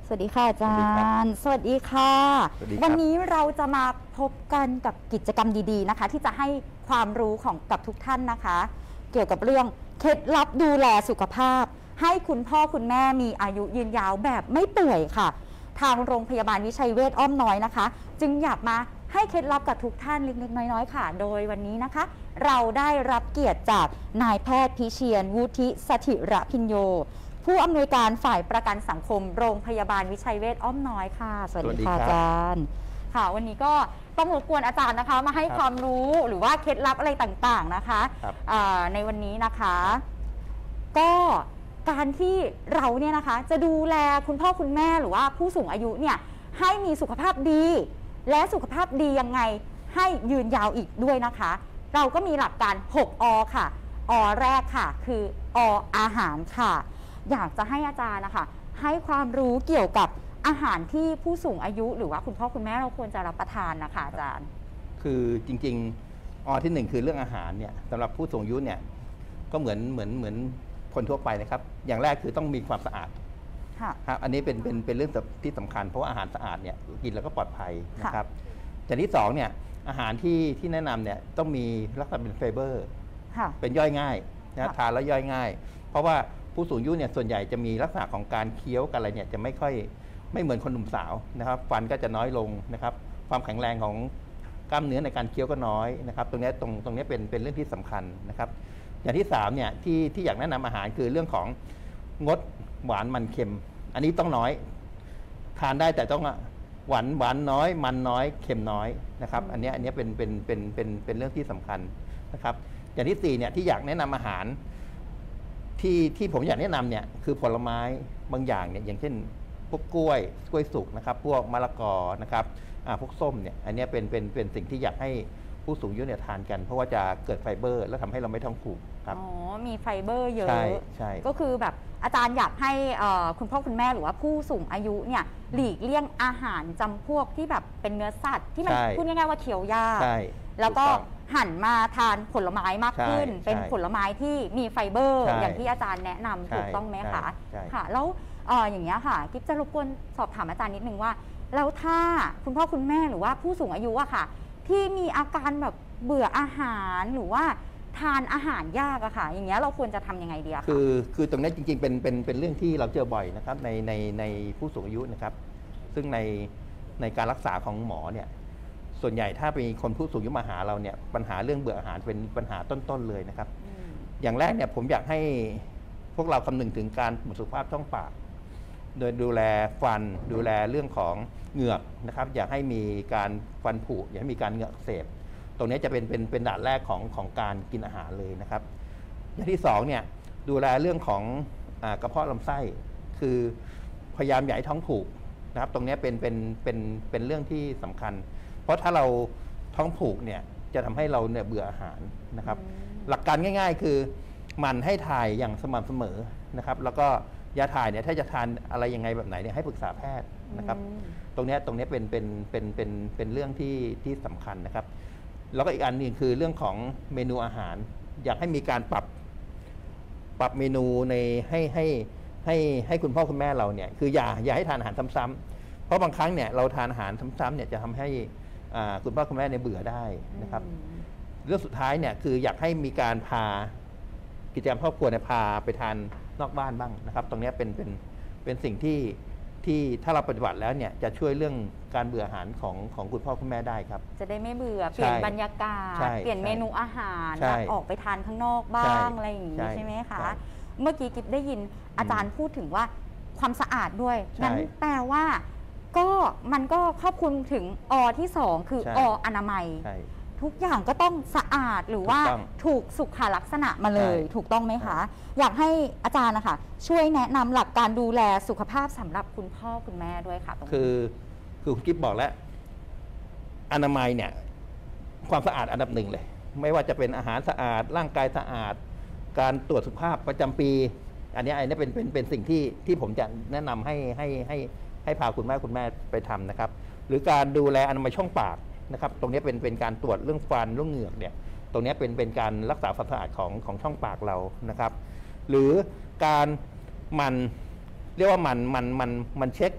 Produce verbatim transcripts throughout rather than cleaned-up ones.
สวัสดีค่ะอาจารย์สวัสดีค่ะวันนี้เราจะมาพบกันกับกิจกรรมดีๆนะคะที่จะให้ความรู้ของกับทุกท่านนะคะเกี่ยวกับเรื่องเคล็ดลับดูแลสุขภาพให้คุณพ่อคุณแม่มีอายุยืนยาวแบบไม่ป่วยค่ะทางโรงพยาบาลวิชัยเวชอ้อมน้อยนะคะจึงอยากมาให้เคล็ดลับกับทุกท่านเล็กๆน้อยๆค่ะโดยวันนี้นะคะเราได้รับเกียรติจากนายแพทย์พิเชียรวุฒิสถิระพิญโยผู้อำนวยการฝ่ายประกันสังคมโรงพยาบาลวิชัยเวชอ้อมน้อยค่ะสวัสดีค่ะอาจารย์ค่ะวันนี้ก็ต้องรบกวนอาจารย์นะคะมาให้ความรู้หรือว่าเคล็ดลับอะไรต่างๆนะคะในวันนี้นะคะก็การที่เราเนี่ยนะคะจะดูแลคุณพ่อคุณแม่หรือว่าผู้สูงอายุเนี่ยให้มีสุขภาพดีและสุขภาพดียังไงให้ยืนยาวอีกด้วยนะคะเราก็มีหลักการหกอค่ะอแรกค่ะคือออาหารค่ะอยากจะให้อาจารย์นะคะให้ความรู้เกี่ยวกับอาหารที่ผู้สูงอายุหรือว่าคุณพ่อคุณแม่เราควรจะรับประทานนะคะอาจารย์คือจริงๆอที่หนึ่งคือเรื่องอาหารเนี่ยสำหรับผู้สูงอายุเนี่ยก็เหมือนเหมือนเหมือนคนทั่วไปนะครับอย่างแรกคือต้องมีความสะอาดครับอันนี้เป็นเป็นเป็นเรื่องที่สำคัญเพราะว่าอาหารสะอาดเนี่ยกินแล้วก็ปลอดภัยนะครับอย่างที่สองเนี่ยอาหารที่ที่แนะนำเนี่ยต้องมีลักษณะเป็นไฟเบอร์เป็นย่อยง่ายนะทานแล้วย่อยง่ายเพราะว่าผู้สูงอายุเนี่ยส่วนใหญ่จะมีลักษณะของการเคี้ยวกันอะไรเนี่ยจะไม่ค่อยไม่เหมือนคนหนุ่มสาวนะครับฟันก็จะน้อยลงนะครับความแข็งแรงของกล้ามเนื้อในการเคี้ยวก็น้อยนะครับตรงนี้ตรงตรงนี้เป็นเป็นเรื่องที่สำคัญนะครับอย่างที่สามเนี่ยที่ที่อยากแนะนำอาหารคือเรื่องของงดหวานมันเค็มอันนี้ต้องน้อยทานได้แต่ต้องหวานหวานน้อยมันน้อยเค็มน้อยนะครับอันนี้อันนี้เป็นเป็นเป็นเป็นเป็นเรื่องที่สำคัญนะครับอย่างที่สี่เนี่ยที่อยากแนะนำอาหารที่ที่ผมอยากแนะนำเนี่ยคือผลไม้บางอย่างเนี่ยอย่างเช่นพวกกล้วยกล้วยสุกนะครับพวกมะละกอนะครับพวกส้มเนี่ยอันนี้เป็นเป็นเป็นสิ่งที่อยากให้ผู้สูงอายุเนี่ยทานกันเพราะว่าจะเกิดไฟเบอร์แล้วทำให้เราไม่ท้องผูกครับอ๋อมีไฟเบอร์เยอะใช่ใช่ก็คือแบบอาจารย์อยากให้คุณพ่อคุณแม่หรือว่าผู้สูงอายุเนี่ยหลีกเลี่ยงอาหารจำพวกที่แบบเป็นเนื้อสัตว์ที่มันพูดง่ายๆว่าเคี้ยวยากแล้วก็หันมาทานผลไม้มากขึ้นเป็นผลไม้ที่มีไฟเบอร์อย่างที่อาจารย์แนะนำถูกต้องไหมคะค่ะแล้วอย่างเงี้ยค่ะกิ๊บจะรบกวนสอบถามอาจารย์นิดนึงว่าแล้วถ้าคุณพ่อคุณแม่หรือว่าผู้สูงอายุอะค่ะที่มีอาการแบบเบื่ออาหารหรือว่าทานอาหารยากอะค่ะอย่างเงี้ยเราควรจะทำยังไงดีอะคะคือคือตรงนี้จริงๆเป็นเป็นเป็นเรื่องที่เราเจอบ่อยนะครับในในในผู้สูงอายุนะครับซึ่งในในการรักษาของหมอเนี่ยส่วนใหญ่ถ้าเป็นคนผู้สูงอายุมาหาเราเนี่ยปัญหาเรื่องเบื่ออาหารเป็นปัญหาต้นๆเลยนะครับอย่างแรกเนี่ยผมอยากให้พวกเราคำนึงถึงการสุขภาพช่องปากโดยดูแลฟันดูแลเรื่องของเหงือกนะครับอยากให้มีการฟันผุอยากให้มีการเหงือกเสพตรงนี้จะเป็นเป็นเป็นด่านแรกของของการกินอาหารเลยนะครับอย่างที่สองเนี่ยดูแลเรื่องของอ่ากระเพาะลำไส้คือพยายามอย่าให้ท้องผูกนะครับตรงนี้เป็นเป็นเป็นเป็นเรื่องที่สำคัญเพราะถ้าเราท้องผูกเนี่ยจะทำให้เราเนี่ยเบื่ออาหารนะครับหลักการง่ายๆคือมันให้ถ่ายอย่างสม่ำเสมอนะครับแล้วก็ยาถ่ายเนี่ยถ้าจะทานอะไรยังไงแบบไหนเนี่ยให้ปรึกษาแพทย์นะครับตรงนี้ตรงนี้เป็นเป็นเป็นเป็นเป็นเรื่องที่ที่สำคัญนะครับแล้วก็อีกอันนึงคือเรื่องของเมนูอาหารอยากให้มีการปรับปรับเมนูในให้ให้ให้ให้คุณพ่อคุณแม่เราเนี่ยคืออย่าอย่าให้ทานอาหารซ้ำๆเพราะบางครั้งเนี่ยเราทานอาหารซ้ำๆเนี่ยจะทำให้คุณพ่อคุณแม่เนี่ยเบื่อได้นะครับเรื่องสุดท้ายเนี่ยคืออยากให้มีการพากิจกรรมครอบครัวเนี่ยพาไปทานนอกบ้านบ้างนะครับตรงนี้เป็นเป็นเป็นสิ่งที่ที่ถ้าเราปฏิบัติแล้วเนี่ยจะช่วยเรื่องการเบื่ออาหารของของคุณพ่อคุณแม่ได้ครับจะได้ไม่เบื่อเปลี่ยนบรรยากาศเปลี่ยนเมนูอาหารออกไปทานข้างนอกบ้างอะไรอย่างนี้ใช่ไหมคะเมื่อกี้กิ๊บได้ยินอาจารย์พูดถึงว่าความสะอาดด้วยนั้นแปลว่าก็มันก็ครอบคลุมถึงอที่สองคือออนามัยทุกอย่างก็ต้องสะอาดหรือว่าถูกสุขลักษณะมาเลยถูกต้องไหมคะอยากให้อาจารย์นะคะช่วยแนะนำหลักการดูแลสุขภาพสำหรับคุณพ่อคุณแม่ด้วยค่ะคือคือคุณกิ๊บบอกแล้วอนามัยเนี่ยความสะอาดอันดับหนึ่งเลยไม่ว่าจะเป็นอาหารสะอาดร่างกายสะอาดการตรวจสุขภาพประจำปีอันนี้อันนี้เป็นเป็นเป็นสิ่งที่ที่ผมจะแนะนำให้ให้ให้ให้พาคุณแม่คุณแม่ไปทำนะครับหรือการดูแลอนามัยช่องปากนะครับตรงนี้เป็นเป็นการตรวจเรื่องฟันเรื่องเหงือกเนี่ยตรงนี้เป็นเป็นการรักษาความสะอาดของของช่องปากเรานะครับ หรือการมันเรียกว่ามันมันมันมันเช็ค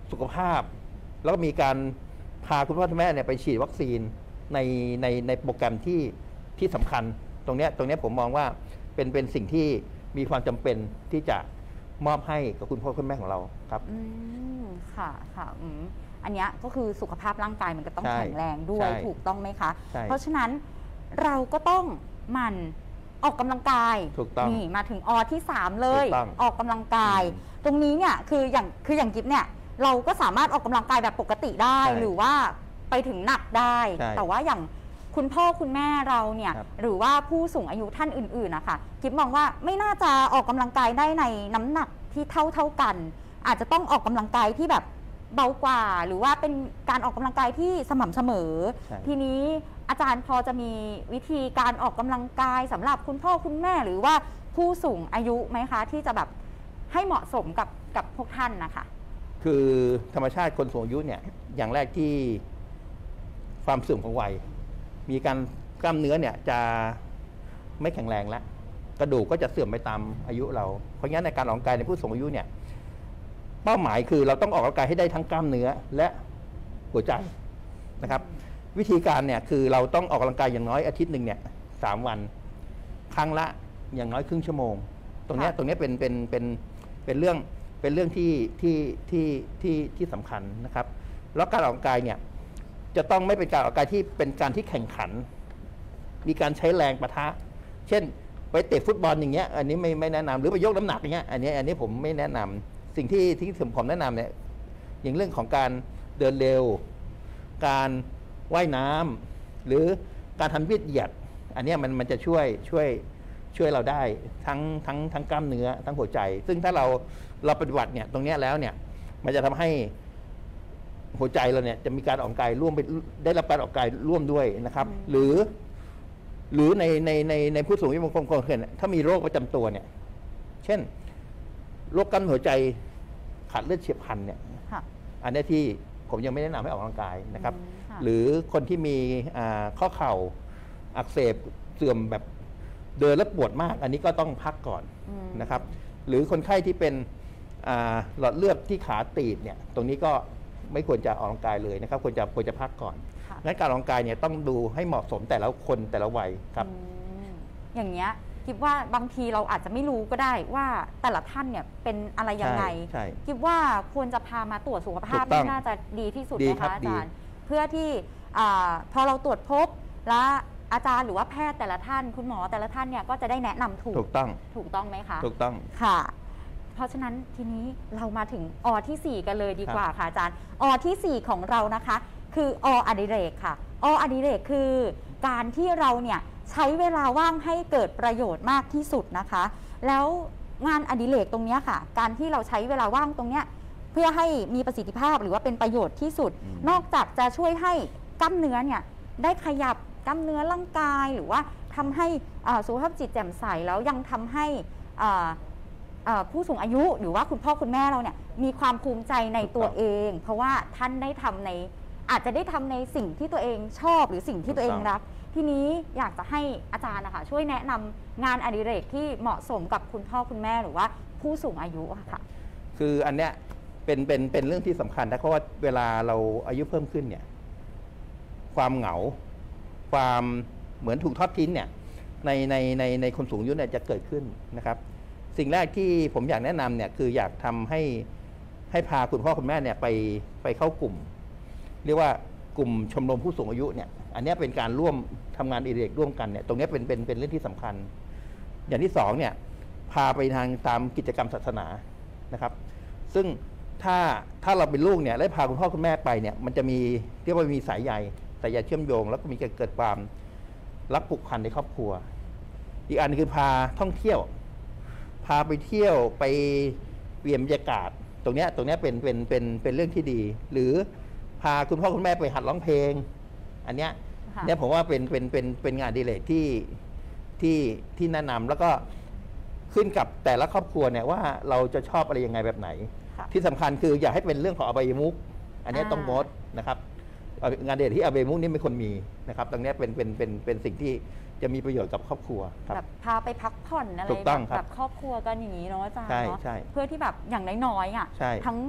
สุขภาพ แล้วก็มีการพาคุณพ่อคุณแม่เนี่ยไปฉีดวัคซีนในในในโปรแกรมที่ที่สำคัญตรงเนี้ยตรงเนี้ยผมมองว่าเป็นเป็นสิ่งที่มีความจำเป็นที่จะมอบให้กับคุณพ่อคุณแม่ของเราครับอืมค่ะค่ะอืมอันเนี้ยก็คือสุขภาพร่างกายมันก็ต้องแข็งแรงด้วยถูกต้องไหมคะเพราะฉะนั้นเราก็ต้องหมั่นออกกำลังกายถูกต้องนี่มาถึงอที่สามเลยออกกำลังกายตรงนี้เนี่ยคืออย่างคืออย่างกิฟเนี่ยเราก็สามารถออกกำลังกายแบบปกติได้หรือว่าไปถึงหนักได้แต่ว่าอย่างคุณพ่อคุณแม่เราเนี่ยหรือว่าผู้สูงอายุท่านอื่นๆนะคะกิฟมองว่าไม่น่าจะออกกำลังกายได้ในน้ำหนักที่เท่าเท่ากัน อาจจะต้องออกกำลังกายที่แบบเบากว่าหรือว่าเป็นการออกกำลังกายที่สม่ำเสมอทีนี้อาจารย์พอจะมีวิธีการออกกำลังกายสำหรับคุณพ่อคุณแม่หรือว่าผู้สูงอายุไหมคะที่จะแบบให้เหมาะสมกับกับพวกท่านนะคะคือธรรมชาติคนสูงอายุเนี่ยอย่างแรกที่ความเสื่อมของวัยมีการกล้ามเนื้อเนี่ยจะไม่แข็งแรงแล้วกระดูกก็จะเสื่อมไปตามอายุเราเพราะงั้นในการออกกำลังกายในผู้สูงอายุเนี่ยเป้าหมายคือเราต้องออกกำลังกายให้ได้ทั้งกล้ามเนื้อและหัวใจนะครับวิธีการเนี่ยคือเราต้องออกกำลังกายอย่างน้อยอาทิตย์หนึ่งเนี่ยสามวันครั้งละอย่างน้อยครึ่งชั่วโมงตรงนี้ตรงนี้เป็นเป็นเป็นเป็นเรื่องเป็นเรื่องที่ที่ที่ที่ที่สำคัญนะครับแล้วการออกกำลังกายเนี่ยจะต้องไม่เป็นการออกกำลังกายที่เป็นการที่แข่งขันมีการใช้แรงปะทะเช่นไปเตะฟุตบอลอย่างเงี้ยอันนี้ไม่ไม่แนะนำหรือไปยกน้ำหนักอย่างเงี้ยอันนี้อันนี้ผมไม่แนะนำสิ่งที่ที่ผมแนะนำเนี่ยอย่างเรื่องของการเดินเร็วการว่ายน้ำหรือการทำยืดเหยียดอันนี้มันมันจะช่วยช่วยช่วยเราได้ทั้งทั้งทั้งกล้ามเนื้อทั้งหัวใจซึ่งถ้าเราเราปฏิบัติเนี่ยตรงนี้แล้วเนี่ยมันจะทำให้หัวใจเราเนี่ยจะมีการออกกำลังกายร่วมไปได้รับการออกกำลังกายร่วมด้วยนะครับหรือหรือในในในในผู้สูงอายุบางคนคนเนี่ยถ้ามีโรคประจำตัวเนี่ยเช่นโรคกล้ามเนื้อหัวใจขาดเลือดเฉียบพลันเนี่ยอันนี้ที่ผมยังไม่แนะนำให้ออกกำลังกายนะครับหรือคนที่มีข้อเข่าอักเสบเสื่อมแบบเดินแล้วปวดมากอันนี้ก็ต้องพักก่อนนะครับหรือคนไข้ที่เป็นหลอดเลือดที่ขาตีบเนี่ยตรงนี้ก็ไม่ควรจะออกกำลังกายเลยนะครับควรจะควรจะพักก่อนงั้นการออกกำลังกายเนี่ยต้องดูให้เหมาะสมแต่ละคนแต่ละวัยครับอย่างเงี้ยคิดว่าบางทีเราอาจจะไม่รู้ก็ได้ว่าแต่ละท่านเนี่ยเป็นอะไรยังไงคิดว่าควรจะพามาตรวจสุขภาพที่น่าจะดีที่สุดนะคะอาจารย์เพื่อที่พอเราตรวจพบและอาจารย์หรือว่าแพทย์แต่ละท่านคุณหมอแต่ละท่านเนี่ยก็จะได้แนะนำถูกถูกต้องถูกต้องไหมคะถูกต้องค่ะเพราะฉะนั้นทีนี้เรามาถึงอที่สี่กันเลยดีกว่าค่ะอาจารย์อที่สี่ของเรานะคะคือออดิเรกค่ะออดิเรกคือการที่เราเนี่ยใช้เวลาว่างให้เกิดประโยชน์มากที่สุดนะคะแล้วงานอดิเรกตรงนี้ค่ะการที่เราใช้เวลาว่างตรงเนี้ยเพื่อให้มีประสิทธิภาพหรือว่าเป็นประโยชน์ที่สุดนอกจากจะช่วยให้กล้ามเนื้อเนี่ยได้ขยับกล้ามเนื้อร่างกายหรือว่าทำให้สุขภาพจิตแจ่มใสแล้วยังทำให้ผู้สูงอายุหรือว่าคุณพ่อคุณแม่เราเนี่ยมีความภูมิใจในตัวเองเพราะว่าท่านได้ทำในอาจจะได้ทำในสิ่งที่ตัวเองชอบหรือสิ่งที่ตัวเองรักทีนี้อยากจะให้อาจารย์นะคะช่วยแนะนำงานอดิเรกที่เหมาะสมกับคุณพ่อคุณแม่หรือว่าผู้สูงอายุค่ะคืออันเนี้ยเป็นเป็นเป็นเรื่องที่สำคัญนะเพราะว่าเวลาเราอายุเพิ่มขึ้นเนี่ยความเหงาความเหมือนถูกทอดทิ้งเนี่ยในในในในคนสูงอายุเนี่ยจะเกิดขึ้นนะครับสิ่งแรกที่ผมอยากแนะนำเนี่ยคืออยากทำให้ให้พาคุณพ่อคุณแม่เนี่ยไปไปเข้ากลุ่มเรียกว่ากลุ่มชมรมผู้สูงอายุเนี่ยอันนี้เป็นการร่วมทำงานอดิเรกร่วมกันเนี่ยตรงนี้เป็นเป็นเป็นเรื่องที่สำคัญอย่างที่สองเนี่ยพาไปทางตามกิจกรรมศาสนานะครับซึ่งถ้าถ้าเราเป็นลูกเนี่ยได้พาคุณพ่อคุณแม่ไปเนี่ยมันจะมีเรียกว่ามีสายใยสายใยเชื่อมโยงแล้วก็มีการเกิดความรักผูกพันในครอบครัวอีกอันคือพาท่องเที่ยวพาไปเที่ยวไปเปลี่ยนบรรยากาศตรงนี้ตรงนี้เป็นเป็นเป็นเป็นเรื่องที่ดีหรือพาคุณพ่อคุณแม่ไปหัดร้องเพลงอันเนี้ยเนี่ยผมว่าเป็นเป็นเป็นเป็นงานอดิเรกที่ที่ที่แนะนำแล้วก็ขึ้นกับแต่ละครอบครัวเนี่ยว่าเราจะชอบอะไรยังไงแบบไหนที่สำคัญคืออย่าให้เป็นเรื่องของอบายมุขอันนี้ต้องงดนะครับงานอดิเรกที่อบายมุขนี่ไม่ควรมีนะครับตรงนี้เป็นเป็นเป็นเป็นสิ่งที่จะมีประโยชน์กับครอบครัวแบบพาไปพักผ่อนอะไรแบบครอบครัวกันอย่างนี้เนาะอาจารย์เนาะเพื่อที่แบบอย่างน้อยๆอ่ะทั้ง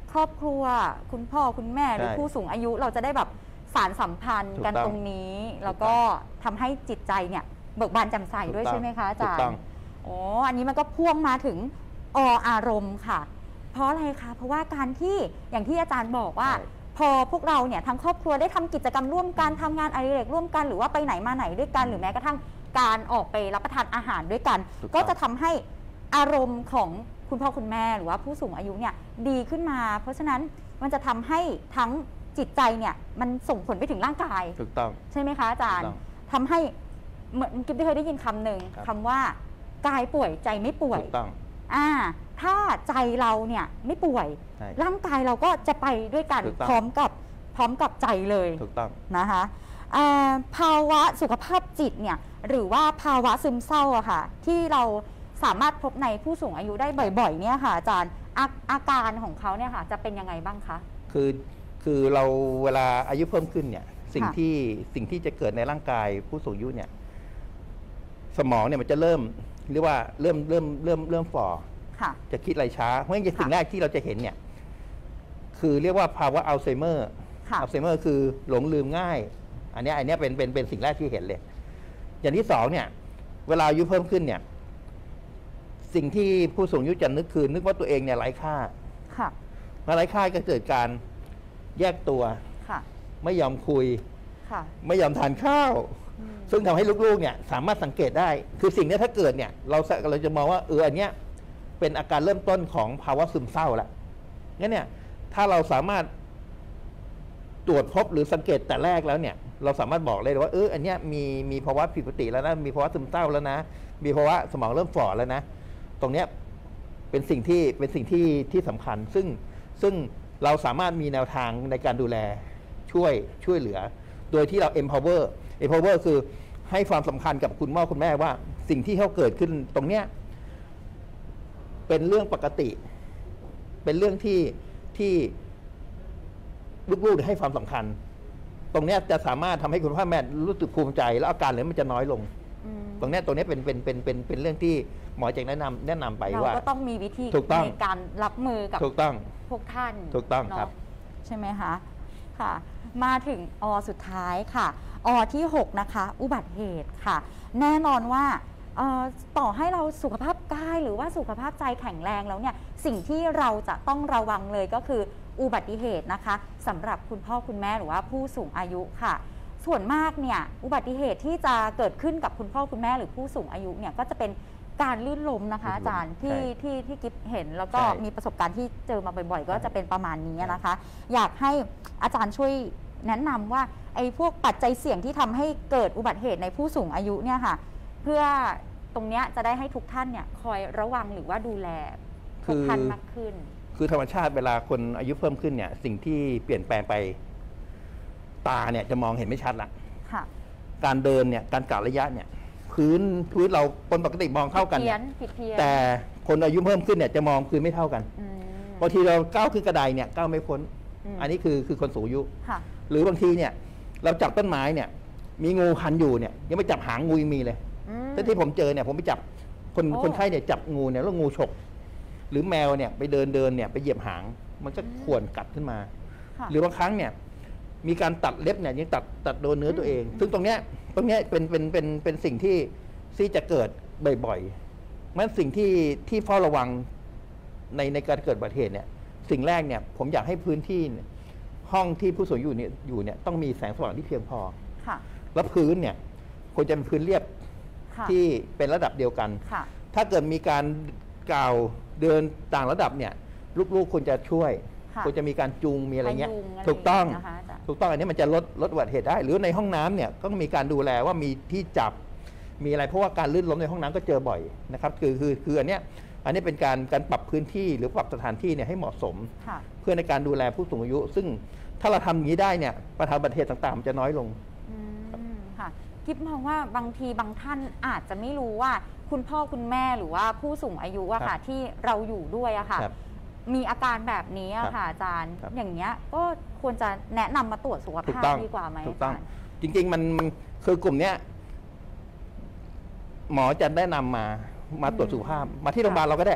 ครอบครัวคุณพ่อคุณแม่หรือผู้สูงอายุเราจะได้แบบสารสัมพันธ์กันตรงนี้แล้วก็ทำให้จิตใจเนี่ยเบิกบานแจ่มใสด้วยใช่ไหมคะอาจารย์โอ้อันนี้มันก็พ่วงมาถึงออารมณ์ค่ะเพราะอะไรคะเพราะว่าการที่อย่างที่อาจารย์บอกว่าพอพวกเราเนี่ยทั้งครอบครัวได้ทำกิจกรรมร่วมกันทำงานอดิเรกร่วมกันหรือว่าไปไหนมาไหนด้วยกันหรือแม้กระทั่งการออกไปรับประทานอาหารด้วยกันก็จะทำให้อารมณ์ของคุณพ่อคุณแม่หรือว่าผู้สูงอายุเนี่ยดีขึ้นมาเพราะฉะนั้นมันจะทำให้ทั้งจิตใจเนี่ยมันส่งผลไปถึงร่างกายถูกต้องใช่ไหมคะอาจารย์ทำให้เหมือนกิ๊บเคยได้ยินคำหนึ่งคำว่ากายป่วยใจไม่ป่วยถูกต้องอ่าถ้าใจเราเนี่ยไม่ป่วยร่างกายเราก็จะไปด้วยกันพร้อมกับพร้อมกับใจเลยถูกต้องนะคะภาวะสุขภาพจิตเนี่ยหรือว่าภาวะซึมเศร้าอะค่ะที่เราสามารถพบในผู้สูงอายุได้บ่อยๆเนี่ยค่ะอาจารย์อาอาการของเขาเนี่ยค่ะจะเป็นยังไงบ้างคะคือคือเราเวลาอายุเพิ่มขึ้นเนี่ยสิ่งที่สิ่งที่จะเกิดในร่างกายผู้สูงอายุเนี่ยสมองเนี่ยมันจะเริ่มเรียกว่าเริ่มเริ่มเริ่มเริ่มฝ่อจะคิดอะไรช้าเพราะฉะนั้นสิ่งแรกที่เราจะเห็นเนี่ยคือเรียกว่าภาวะอัลไซเมอร์อัลไซเมอร์คือหลงลืมง่ายอันนี้อันนี้เป็นเป็นเป็นสิ่งแรกที่เห็นเลยอย่างที่สองเนี่ยเวลาอายุเพิ่มขึ้นเนี่ยสิ่งที่ผู้สูงอายุจะนึกคือนึกว่าตัวเองเนี่ยไร้ค่าเมื่อไร้ค่าก็เกิดการแยกตัวไม่ยอมคุยไม่ยอมทานข้าวซึ่งทำให้ลูกๆเนี่ยสามารถสังเกตได้คือสิ่งนี้ถ้าเกิดเนี่ยเราเราจะมองว่าเอออันเนี้ยเป็นอาการเริ่มต้นของภาวะซึมเศร้าละงั้นเนี่ยถ้าเราสามารถตรวจพบหรือสังเกตแต่แรกแล้วเนี่ยเราสามารถบอกเลยว่าเอออันเนี้ยมีมีภาวะผิดปกติแล้วนะมีภาวะซึมเศร้าแล้วนะมีภาวะสมองเริ่มฝ่อแล้วนะตรงเนี้ยเป็นสิ่งที่เป็นสิ่งที่ที่สำคัญซึ่งซึ่งเราสามารถมีแนวทางในการดูแลช่วยช่วยเหลือโดยที่เรา empower empower คือให้ความสำคัญกับคุณพ่อคุณแม่ว่าสิ่งที่เขาเกิดขึ้นตรงเนี้ยเป็นเรื่องปกติเป็นเรื่องที่ที่ลูกๆให้ความสำคัญตรงนี้จะสามารถทำให้คุณพ่อแม่รู้สึกภูมิใจแล้วอาการเหล่านี้มันจะน้อยลงตรงนี้ตรงนี้เป็นเป็นเป็นเป็นเป็นเรื่องที่หมอเจงแนะนำแนะนำไปว่าเราก็ต้องมีวิธีในการรับมือกับถูกต้องพวกท่านถูกต้องครับใช่ไหมคะค่ะมาถึงอสุดท้ายค่ะอที่หกนะคะอุบัติเหตุค่ะแน่นอนว่าต่อให้เราสุขภาพกายหรือว่าสุขภาพใจแข็งแรงแล้วเนี่ยสิ่งที่เราจะต้องระวังเลยก็คืออุบัติเหตุนะคะสำหรับคุณพ่อคุณแม่หรือว่าผู้สูงอายุค่ะส่วนมากเนี่ยอุบัติเหตุที่จะเกิดขึ้นกับคุณพ่อคุณแม่หรือผู้สูงอายุเนี่ยก็จะเป็นการลื่นล้มนะคะอาจารย์ที่ที่ที่กิ๊บเห็นแล้วก็มีประสบการณ์ที่เจอมาบ่อยๆก็จะเป็นประมาณนี้นะคะอยากให้อาจารย์ช่วยแนะนำว่าไอ้พวกปัจจัยเสี่ยงที่ทำให้เกิดอุบัติเหตุในผู้สูงอายุเนี่ยค่ะเพื่อตรงนี้จะได้ให้ทุกท่านเนี่ยคอยระวังหรือว่าดูแลทุกท่านมากขึ้นคือธรรมชาติเวลาคนอายุเพิ่มขึ้นเนี่ยสิ่งที่เปลี่ยนแปลงไปตาเนี่ยจะมองเห็นไม่ชัดละการเดินเนี่ยการกะระยะเนี่ยพื้นพื้นเราคนปกติมองเท่ากันแต่คนอายุเพิ่มขึ้นเนี่ยจะมองพื้นไม่เท่ากันบางทีเราก้าวขึ้นกระไดเนี่ยก้าวไม่พ้นอันนี้คือคือคนสูงอายุหรือบางทีเนี่ยเราจับต้นไม้เนี่ยมีงูพันอยู่เนี่ยยังไม่จับหางงูยังมีเลยแต่ที่ผมเจอเนี่ยผมไปจับคนคนไข้เนี่ยจับงูเนี่ยแล้วงูฉกหรือแมวเนี่ยไปเดินเดินเนี่ยไปเหยียบหางมันก็ข่วนกัดขึ้นมาหรือบางครั้งเนี่ยมีการตัดเล็บเนี่ยยังตัดตัดโดนเนื้อตัวเองซึ่งตรงเนี้ยตรงเนี้ยเป็นเป็นเป็นเป็นสิ่งที่ที่จะเกิดบ่อยๆมันสิ่งที่ที่เฝ้าระวังในในการเกิดอุบัติเหตุเนี่ยสิ่งแรกเนี่ยผมอยากให้พื้นที่ห้องที่ผู้สูงอายุเนี่ยอยู่เนี่ยต้องมีแสงสว่างที่เพียงพอแล้วพื้นเนี่ยควรจะเป็นพื้นเรียบที่เป็นระดับเดียวกันถ้าเกิดมีการกล่าวเดินต่างระดับเนี่ยลูกๆควรจะช่วยควรจะมีการจูงมีอะไรเงี้ยถูกต้องถูกต้องอันนี้มันจะลดลดอุบัติเหตุได้หรือในห้องน้ำเนี่ยก็มีการดูแลว่ามีที่จับมีอะไรเพราะว่าการลื่นล้มในห้องน้ำก็เจอบ่อยนะครับคือคือคืออันเนี้ยอันนี้เป็นการการปรับพื้นที่หรือปรับสถานที่เนี่ยให้เหมาะสมเพื่อในการดูแลผู้สูงอายุซึ่งถ้าเราทำอย่างนี้ได้เนี่ยปัญหาอุบัติเหตุต่างๆมันจะน้อยลงค่ะกิ๊บมองว่าบางทีบางท่านอาจจะไม่รู้ว่าคุณพ่อคุณแม่หรือว่าผู้สูงอายุอะค่ะที่เราอยู่ด้วยอะค่ะมีอาการแบบนี้อะค่ะอาจารย์อย่างเงี้ยก็ควรจะแนะนำมาตรวจสุขภาพดีกว่าไหมถูกต้องจริงๆมันมันคือกลุ่มเนี้ยหมอจะแนะนำมามาตรวจสุขภาพมาที่โรงพยาบาลเราก็ได้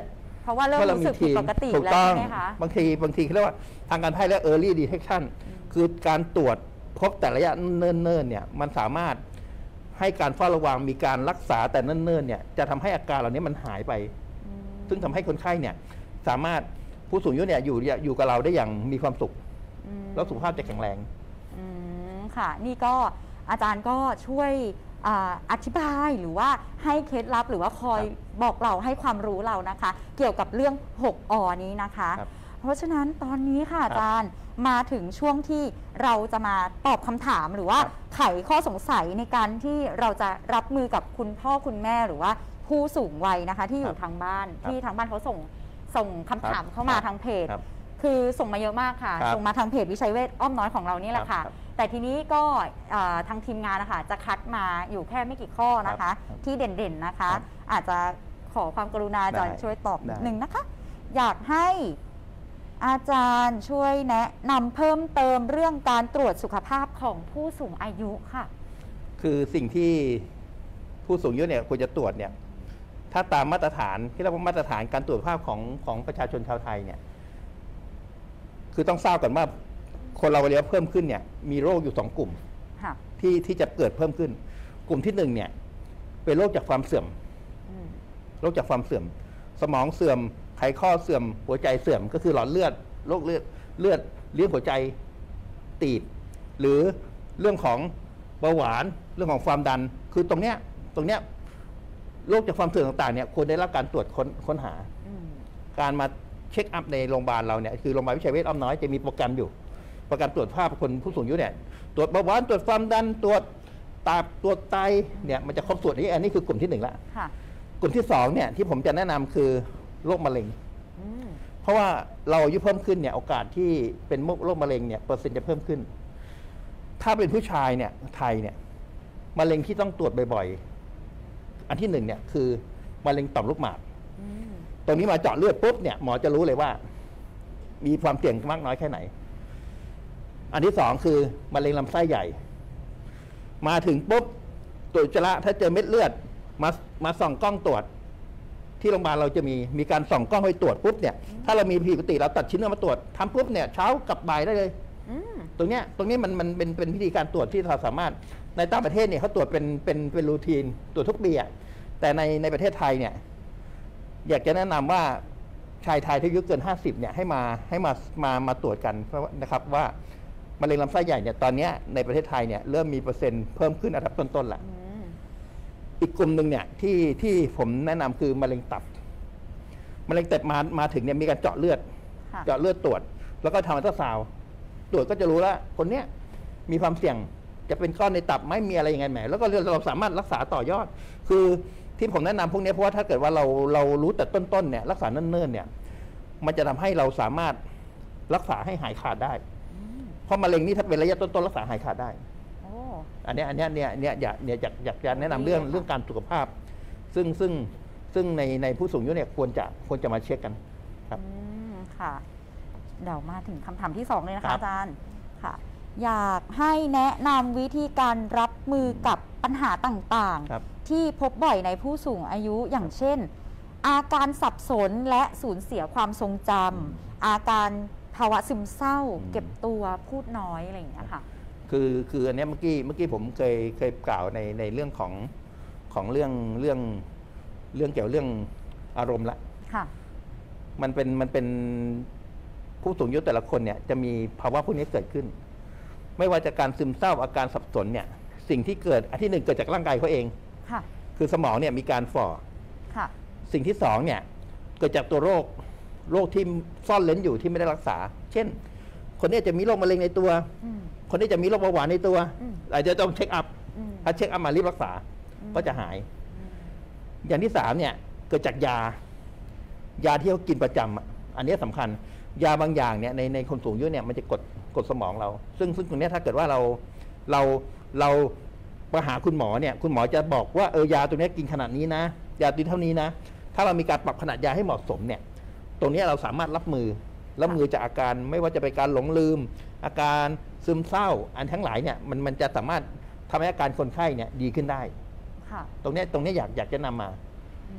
เพราะว่าเริ่มรู้สึกผิดปกติถูกแล้วต้องใช่ไหมคะบางทีบางทีเขาเรียกว่าทางการแพทย์เรียก early detection คือการตรวจพบแต่ระยะเนิ่นๆเนี่ยมันสามารถให้การเฝ้าระวังมีการรักษาแต่เนิ่นๆเนี่ยจะทำให้อาการเหล่านี้มันหายไป ซึ่งทำให้คนไข้เนี่ยสามารถผู้สูงอายุเนี่ยอยู่อยู่กับเราได้อย่างมีความสุขแล้วสุขภาพจะแข็งแรงอืมค่ะนี่ก็อาจารย์ก็ช่วยอาอธิบายหรือว่าให้เคล็ดลับหรือว่าคอยบอกเราให้ความรู้เรานะคะ เกี่ยวกับเรื่องหกอนี้นะคะ เพราะฉะนั้นตอนนี้ค่ะอาจารย์มาถึงช่วงที่เราจะมาตอบคำถามหรือว่าไขข้อสงสัยในการที่เราจะรับมือกับคุณพ่อคุณแม่หรือว่าผู้สูงวัยนะคะที่อยู่ทางบ้านที่ทางบ้านเขาส่งส่งคำถามเข้ามาทางเพจคือส่งมาเยอะมากค่ะส่งมาทางเพจวิชัยเวชอ้อมน้อยของเรานี่แหละค่ะแต่ทีนี้ก็ทางทีมงานนะคะจะคัดมาอยู่แค่ไม่กี่ข้อนะคะที่เด่นๆนะคะอาจจะขอความกรุณาอาจารย์ช่วยตอบหนึ่งนะคะอยากให้อาจารย์ช่วยแนะนำเพิ่มเติมเรื่องการตรวจสุขภาพของผู้สูงอายุค่ะคือสิ่งที่ผู้สูงอายุเนี่ยควรจะตรวจเนี่ยถ้าตามมาตรฐานที่เรียกว่ามาตรฐานการตรวจสุขภาพของของประชาชนชาวไทยเนี่ยคือต้องทราบก่อนว่าคนเราเวลาเพิ่มขึ้นเนี่ยมีโรคอยู่สองกลุ่มที่ที่จะเกิดเพิ่มขึ้น กลุ่มที่หนึ่งเนี่ยเป็นโรคจากความเสื่อมโรคจากความเสื่อมสมองเสื่อมไขข้อเสื่อมหัวใจเสื่อมก็คือหลอดเลือดโรคเลือดเลือดเลี้ยงหัวใจตีบหรือเรื่องของเบาหวานเรื่องของความดันคือตรงเนี้ยตรงเนี้ยโรคจากความเสื่อมต่างๆเนี่ยควรได้รับการตรวจค้นค้นหาการมาเช็คอัพในโรงพยาบาลเราเนี่ยคือโรงพยาบาลวิชัยเวชอ้อมน้อยจะมีโปรแกรมอยู่โปรแกรมตรวจภาพคนผู้สูงอายุเนี่ยตรวจเบาหวานตรวจความดันตรวจตับตรวจไตเนี่ยมันจะครบส่วนนี้อันนี้คือกลุ่มที่หนึ่งละกลุ่มที่สองเนี่ยที่ผมจะแนะนำคือโรคมะเร็งเพราะว่าเราอายุเพิ่มขึ้นเนี่ยโอกาสที่เป็นโรคมะเร็งเนี่ยเปอร์เซ็นต์จะเพิ่มขึ้นถ้าเป็นผู้ชายเนี่ยไทยเนี่ยมะเร็งที่ต้องตรวจบ่อยๆอันที่หนึ่งเนี่ยคือมะเร็งต่อมลูกหมากตรงนี้มาเจาะเลือดปุ๊บเนี่ยหมอจะรู้เลยว่ามีความเสี่ยงมากน้อยแค่ไหนอันที่สองคือมะเร็งลำไส้ใหญ่มาถึงปุ๊บตรวจอุจจาระถ้าเจอเม็ดเลือดมามาส่องกล้องตรวจที่โรงพยาบาลเราจะมีมีการส่องกล้องไปตรวจปุ๊บเนี่ยถ้าเรามีผิดปกติเราตัดชิ้นเนื้อมาตรวจทำปุ๊บเนี่ยเช้ากับบ่ายได้เลยตรงเนี้ยตรงนี้มันมันเป็นเป็นพิธีการตรวจที่เราสามารถในต่างประเทศเนี่ยเขาตรวจเป็นเป็นเป็นรูทีนตรวจทุกปีอ่ะแต่ในในประเทศไทยเนี่ยอยากจะแนะนำว่าชายไทยที่อายุเกินห้าสิบเนี่ยให้มาให้มามามาตรวจกันเพราะนะครับว่ามะเร็งลำไส้ใหญ่เนี่ยตอนนี้ในประเทศไทยเนี่ยเริ่มมีเปอร์เซ็นต์เพิ่มขึ้นอันดับต้นๆละอีกกลุ่มหนึ่งเนี่ยที่ที่ผมแนะนำคือมะเร็งตับมะเร็งตับมามาถึงเนี่ยมีการเจาะเลือดเจาะเลือดตรวจแล้วก็ทำอัลตราซาวด์ตรวจก็จะรู้แล้วคนเนี้ยมีความเสี่ยงจะเป็นก้อนในตับไม่มีอะไรยังไงแหมแล้วก็เราสามารถรักษาต่อยอดคือที่ผมแนะนำพวกนี้เพราะว่าถ้าเกิดว่าเราเรารู้แต่ต้นๆเนี่ยรักษาเนิ่นๆเนี่ยมันจะทำให้เราสามารถรักษาให้หายขาดได้เพราะมะเร็งนี่ถ้าเป็นระยะต้นๆรักษาหายขาดได้อันนี้อันนี้เนี่ยเนี่ยอยากเนี่ยอยากอยากจะแนะนำเรื่องเรื่องการสุขภาพซึ่งซึ่งซึ่งในในผู้สูงอายุเนี่ยควรจะควรจะมาเช็คกันครับค่ะเดี๋ยวมาถึงคำถามที่สองเลยนะคะอาจารย์ค่ะอยากให้แนะนำวิธีการรับมือกับปัญหาต่างๆที่พบบ่อยในผู้สูงอายุอย่างเช่นอาการสับสนและสูญเสียความทรงจำอาการภาวะซึมเศร้าเก็บตัวพูดน้อยอะไรอย่างเงี้ยค่ะคือคืออันนี้เมื่อกี้เมื่อกี้ผมเคยเคยกล่าวในในเรื่องของของเรื่องเรื่องเรื่องเกี่ยวเรื่องอารมณ์ละค่ะมันเป็นมันเป็นผู้สูงอายุแต่ละคนเนี่ยจะมีภาวะพวกนี้เกิดขึ้นไม่ว่าจะการซึมเศร้าอาการสับสนเนี่ยสิ่งที่เกิดอันที่หนึ่งเกิดจากร่างกายเขาเองค่ะคือสมองเนี่ยมีการฝ่อค่ะสิ่งที่สองเนี่ยเกิดจากตัวโรคโรคที่ซ่อนเร้นอยู่ที่ไม่ได้รักษาเช่นคนนี้จะมีโรคมะเร็งในตัวคนนี้จะมีโรคเบาหวานในตัวอาจจะต้องเช็คอัพถ้าเช็คอัพมารีบรักษาก็จะหายอย่างที่สามเนี่ยเกิดจากยายาที่เขากินประจำอันนี้สำคัญยาบางอย่างเนี่ยในในคนสูงอายุเนี่ยมันจะกดกดสมองเราซึ่งซึ่งตรงนี้ถ้าเกิดว่าเราเราเราไปหาคุณหมอเนี่ยคุณหมอจะบอกว่าเออยาตัวนี้กินขนาดนี้นะยาตัวเท่านี้นะถ้าเรามีการปรับขนาดยาให้เหมาะสมเนี่ยตรงนี้เราสามารถรับมือรับมือจากอาการไม่ว่าจะเป็นการหลงลืมอาการซึมเศร้าอันทั้งหลายเนี่ยมันมันจะสามารถทำให้อาการคนไข้เนี่ยดีขึ้นได้ค่ะตรงนี้ตรงนี้อยากอยากจะนำมา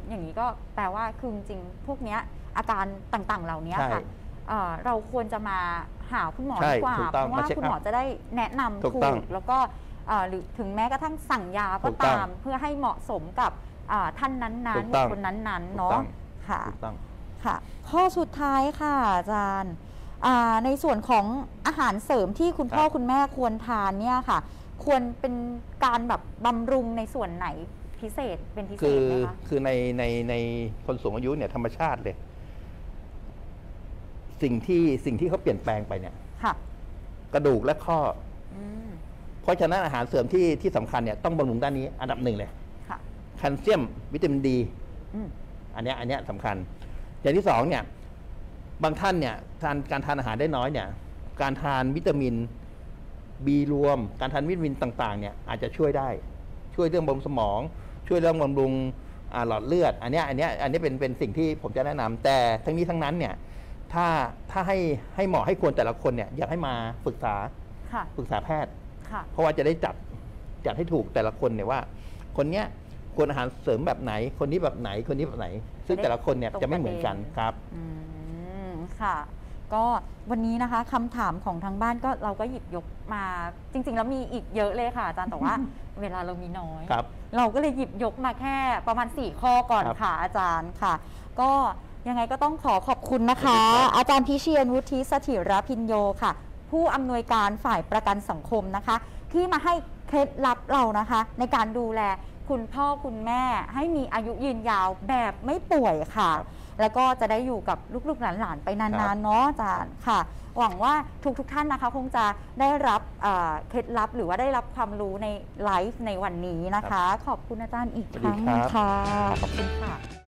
อย่างนี้ก็แปลว่าคือจริงๆพวกเนี้ยอาการต่างๆเหล่านี้ใช่ค่ะเอ่อเราควรจะมาหาคุณหมอใช่ดีกว่าถูกเพต้องราะว่ามาเช็คคุณหมออัพจะได้แนะนำถูกถูต้องกแล้วก็เอ่อหรือถึงแม้กระทั่งสั่งยาก็ถูกต้องตามเพื่อให้เหมาะสมกับอ่าท่านนั้นถูกๆต้บุองคคลนั้นๆถูกเนาะต้องค่ะถูกต้องค่ะข้อสุดท้ายค่ะอาจารย์อ่าในส่วนของอาหารเสริมที่คุณพ่อครับคุณแม่ควรทานเนี่ยค่ะ ควรเป็นการแบบบำรุงในส่วนไหนพิเศษเป็นพิเศคืษอไหมคะคือในในในคนสูงอายุเนี่ยธรรมชาติเลย สิ่งที่สิ่งที่เขาเปลี่ยนแปลงไปเนี่ยค่ะกระดูกและข้ออืมเพราะฉะนั้นอาหารเสริมที่ที่สำคัญเนี่ยต้องบำรุงด้านนี้อันดับหนึ่งเลยค่ะแคลเซียมวิตามินดีอืมอันเนี้ยอันเนี้ยสำคัญ อย่างที่สองเนี่ยบางท่านเนี่ยทานการทานอาหารได้น้อยเนี่ย การทานวิตามิน B รวม การทานวิตามินต่างๆเนี่ยอาจจะช่วยได้ ช่วยเรื่องบำรุงสมอง ช่วยเรื่องบำรุงอ่าหลอดเลือด อันเนี้ยอันเนี้ยอันนี้เป็นเป็นสิ่งที่ผมจะแนะนำแต่ทั้งนี้ทั้งนั้นเนี่ยถ้าถ้าให้ให้เหมาะให้ควรแต่ละคนเนี่ยอยากให้มาปรึกษาค่ะปรึกษาแพทย์ค่ะเพราะว่าจะได้จัดจัดให้ถูกแต่ละคนเนี่ยว่า คนเนี้ยควรอาหารเสริมแบบไหน คนนี้แบบไหน คนนี้แบบไหน ซึ่งแต่ละคนเนี่ยจะไม่เหมือนกันครับอืมค่ะ ก็วันนี้นะคะคำถามของทางบ้านก็เราก็หยิบยกมาจริง ๆ แล้วมีอีกเยอะเลยค่ะอาจารย์แต่ว่า เวลาเรามีน้อยครับเราก็เลยหยิบยกมาแค่ประมาณสี่ข้อก่อนครับค่ะอาจารย์ค่ะ ก็ยังไงก็ต้องขอขอบคุณนะคะขอบคุณครับอาจารย์พิเชียนวุฒิสถิรพินโยค่ะ ผู้อำนวยการฝ่ายประกันสังคมนะคะ ที่มาให้เคล็ดลับเรานะคะ ในการดูแลคุณพ่อคุณแม่ให้มีอายุยืนยาวแบบไม่ป่วยค่ะ แล้วก็จะได้อยู่กับลูกๆหลานๆไปครันานบๆเนาะอาจารย์ค่ะ หวังว่าทุกๆท่านนะคะ คงจะได้รับเอ่อเคล็ดลับหรือว่าได้รับความรู้ในไลฟ์ในวันนี้นะคะ ขอบคุณอาจารย์อีกครั้งสวัสดีครับค่ะ ขอบคุณค่ะ